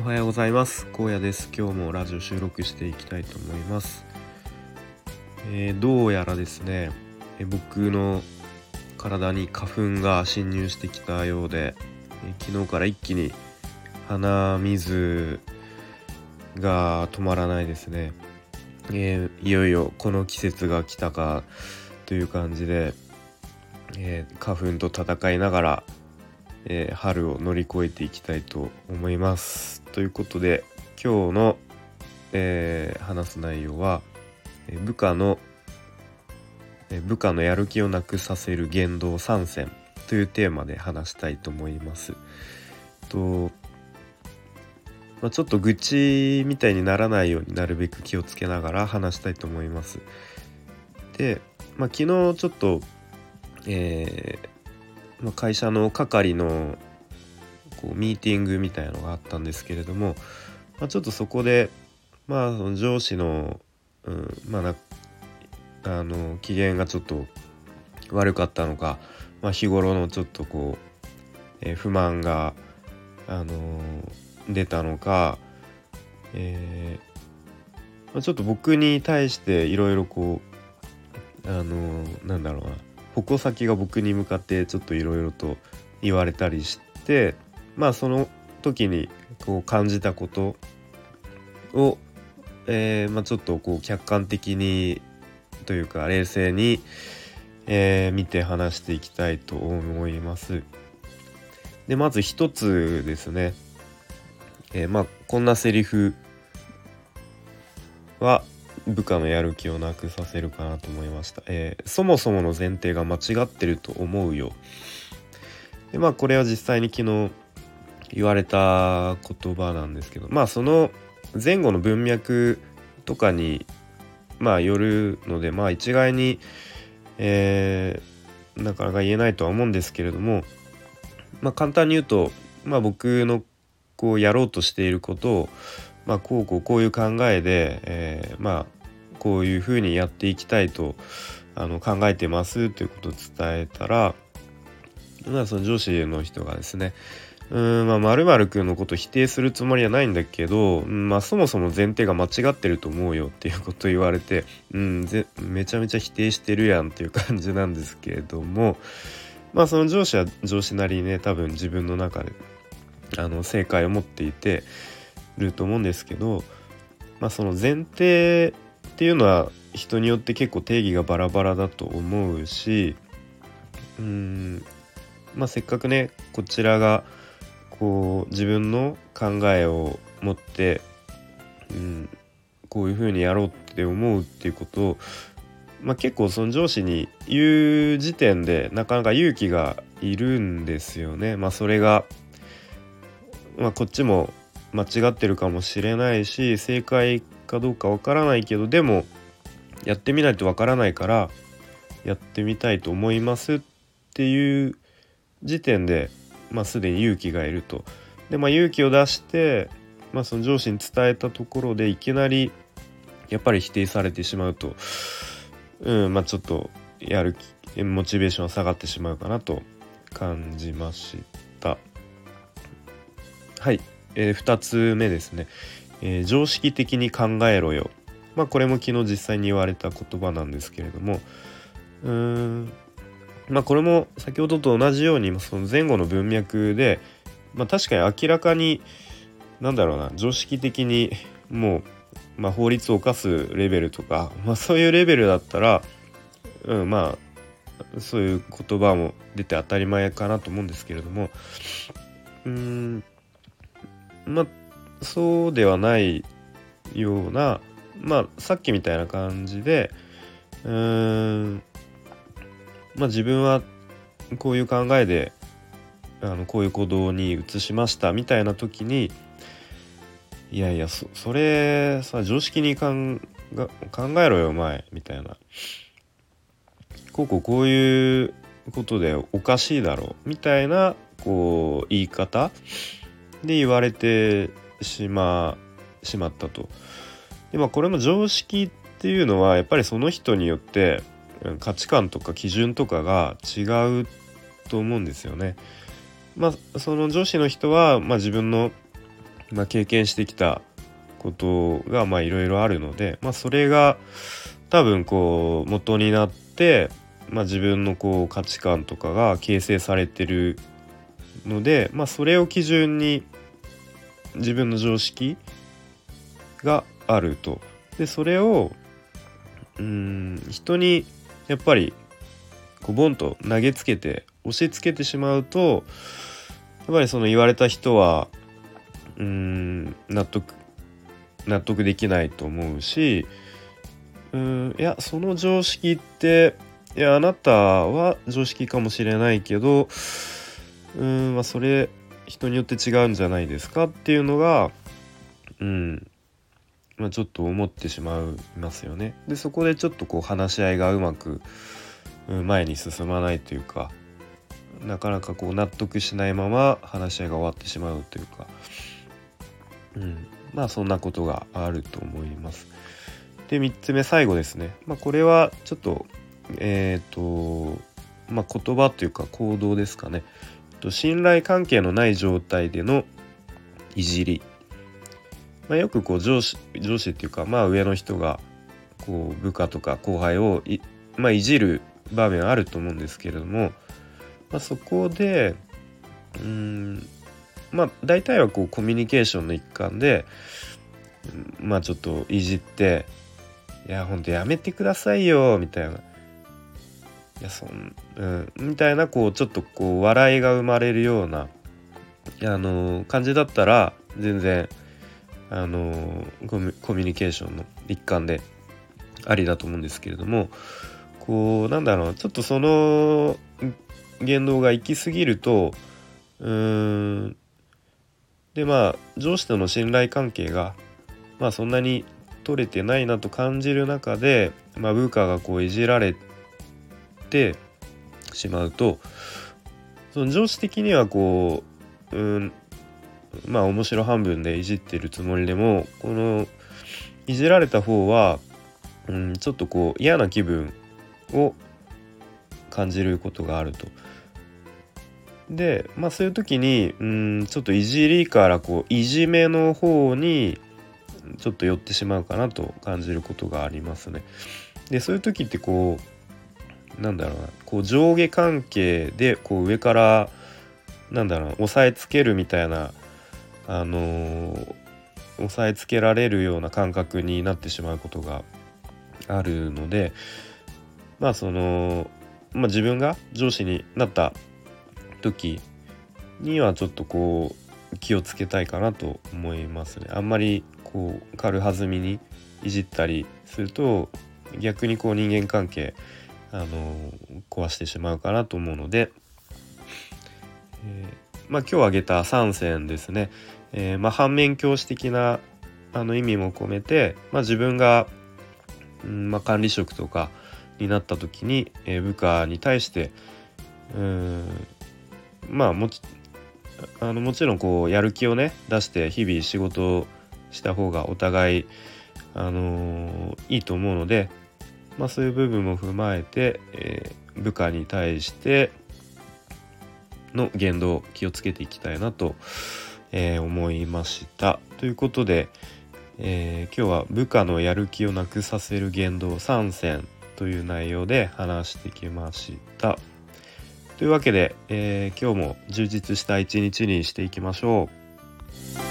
はようございます。荒野です。今日もラジオ収録していきたいと思います。どうやらですね、僕の体に花粉が侵入してきたようで、昨日から一気に鼻水が止まらないですね。いよいよこの季節が来たかという感じで、花粉と戦いながら、春を乗り越えていきたいと思います。ということで今日の、話す内容は、部下のやる気をなくさせる言動3選というテーマで話したいと思います。ちょっと愚痴みたいにならないようになるべく気をつけながら話したいと思います。で、昨日ちょっと、会社の係のミーティングみたいなのがあったんですけれども、ちょっとそこで、その上司の、機嫌がちょっと悪かったのか、日頃のちょっと不満が、出たのか、ちょっと僕に対していろいろ矛先が僕に向かってちょっといろいろと言われたりして、その時に感じたことを、ちょっと客観的にというか冷静に、見て話していきたいと思います。で、まず一つですね、こんなセリフは部下のやる気をなくさせるかなと思いました。そもそもの前提が間違ってると思うよ。で、これは実際に昨日言われた言葉なんですけど、その前後の文脈とかによるので、一概に、なかなか言えないとは思うんですけれども、簡単に言うと、僕のやろうとしていることを、こういう考えで、こういうふうにやっていきたいと考えてますということを伝えたら、その上司の人がですね、〇〇くんのことを否定するつもりはないんだけど、そもそも前提が間違ってると思うよっていうことを言われて、めちゃめちゃ否定してるやんっていう感じなんですけれども、その上司は上司なりにね、多分自分の中で正解を持っていてると思うんですけど、その前提っていうのは人によって結構定義がバラバラだと思うし、せっかくねこちらが自分の考えを持って、こういう風にやろうって思うっていうことを、結構その上司に言う時点でなかなか勇気がいるんですよね。それが、こっちも間違ってるかもしれないし正解かどうかわからないけど、でもやってみないとわからないからやってみたいと思いますっていう時点で、すでに勇気がいると。で、勇気を出して、その上司に伝えたところでいきなりやっぱり否定されてしまうと、ちょっとやる気モチベーションは下がってしまうかなと感じました。はい、2つ目ですね、常識的に考えろよ。これも昨日実際に言われた言葉なんですけれども、これも先ほどと同じようにその前後の文脈で、確かに明らかに常識的にもう、法律を犯すレベルとか、そういうレベルだったら、そういう言葉も出て当たり前かなと思うんですけれども、そうではないような、さっきみたいな感じで、自分はこういう考えでこういう行動に移しましたみたいな時に、いやいや それさ常識に考えろよお前みたいな、こういうことでおかしいだろみたいな言い方で言われてしまったと。で、これも常識っていうのはやっぱりその人によって価値観とか基準とかが違うと思うんですよね。その上司の人は、自分の経験してきたことがいろいろあるので、それが多分こう元になって、自分のこう価値観とかが形成されてるので、それを基準に自分の常識があると。でそれを人にやっぱりこうボンと投げつけて押し付けてしまうと、やっぱりその言われた人は納得できないと思うし、いやその常識ってあなたは常識かもしれないけどそれ人によって違うんじゃないですかっていうのがちょっと思ってしまいますよね。でそこでちょっとこう話し合いがうまく前に進まないというか、なかなかこう納得しないまま話し合いが終わってしまうというか、そんなことがあると思います。で3つ目最後ですね。これはちょっと言葉というか行動ですかね。信頼関係のない状態でのいじり、よくこう上司っていうか上の人がこう部下とか後輩をいじる場面あると思うんですけれども、そこで大体はこうコミュニケーションの一環でちょっといじって、いやほんとやめてくださいよみたいな、みたいなこうちょっとこう笑いが生まれるような感じだったら全然コミュニケーションの一環でありだと思うんですけれども、こうちょっとその言動が行き過ぎるとで上司との信頼関係がそんなに取れてないなと感じる中で、部下がこういじられてしまうと、その上司的にはこう面白半分でいじってるつもりでも、このいじられた方はちょっとこう嫌な気分を感じることがあると。でそういう時にちょっといじりからこういじめの方にちょっと寄ってしまうかなと感じることがありますね。でそういう時ってこうこう上下関係でこう上から押さえつけるみたいな押さえつけられるような感覚になってしまうことがあるので、自分が上司になった時にはちょっとこう気をつけたいかなと思いますね。あんまりこう軽はずみにいじったりすると逆にこう人間関係壊してしまうかなと思うので、今日挙げた3選ですね、反面教師的な意味も込めて、自分が、管理職とかになった時に、部下に対してもちろんこうやる気をね出して日々仕事をした方がお互い、いいと思うので、そういう部分も踏まえて、部下に対しての言動を気をつけていきたいなと、思いました。ということで、今日は部下のやる気をなくさせる言動3選という内容で話してきました。というわけで、今日も充実した一日にしていきましょう。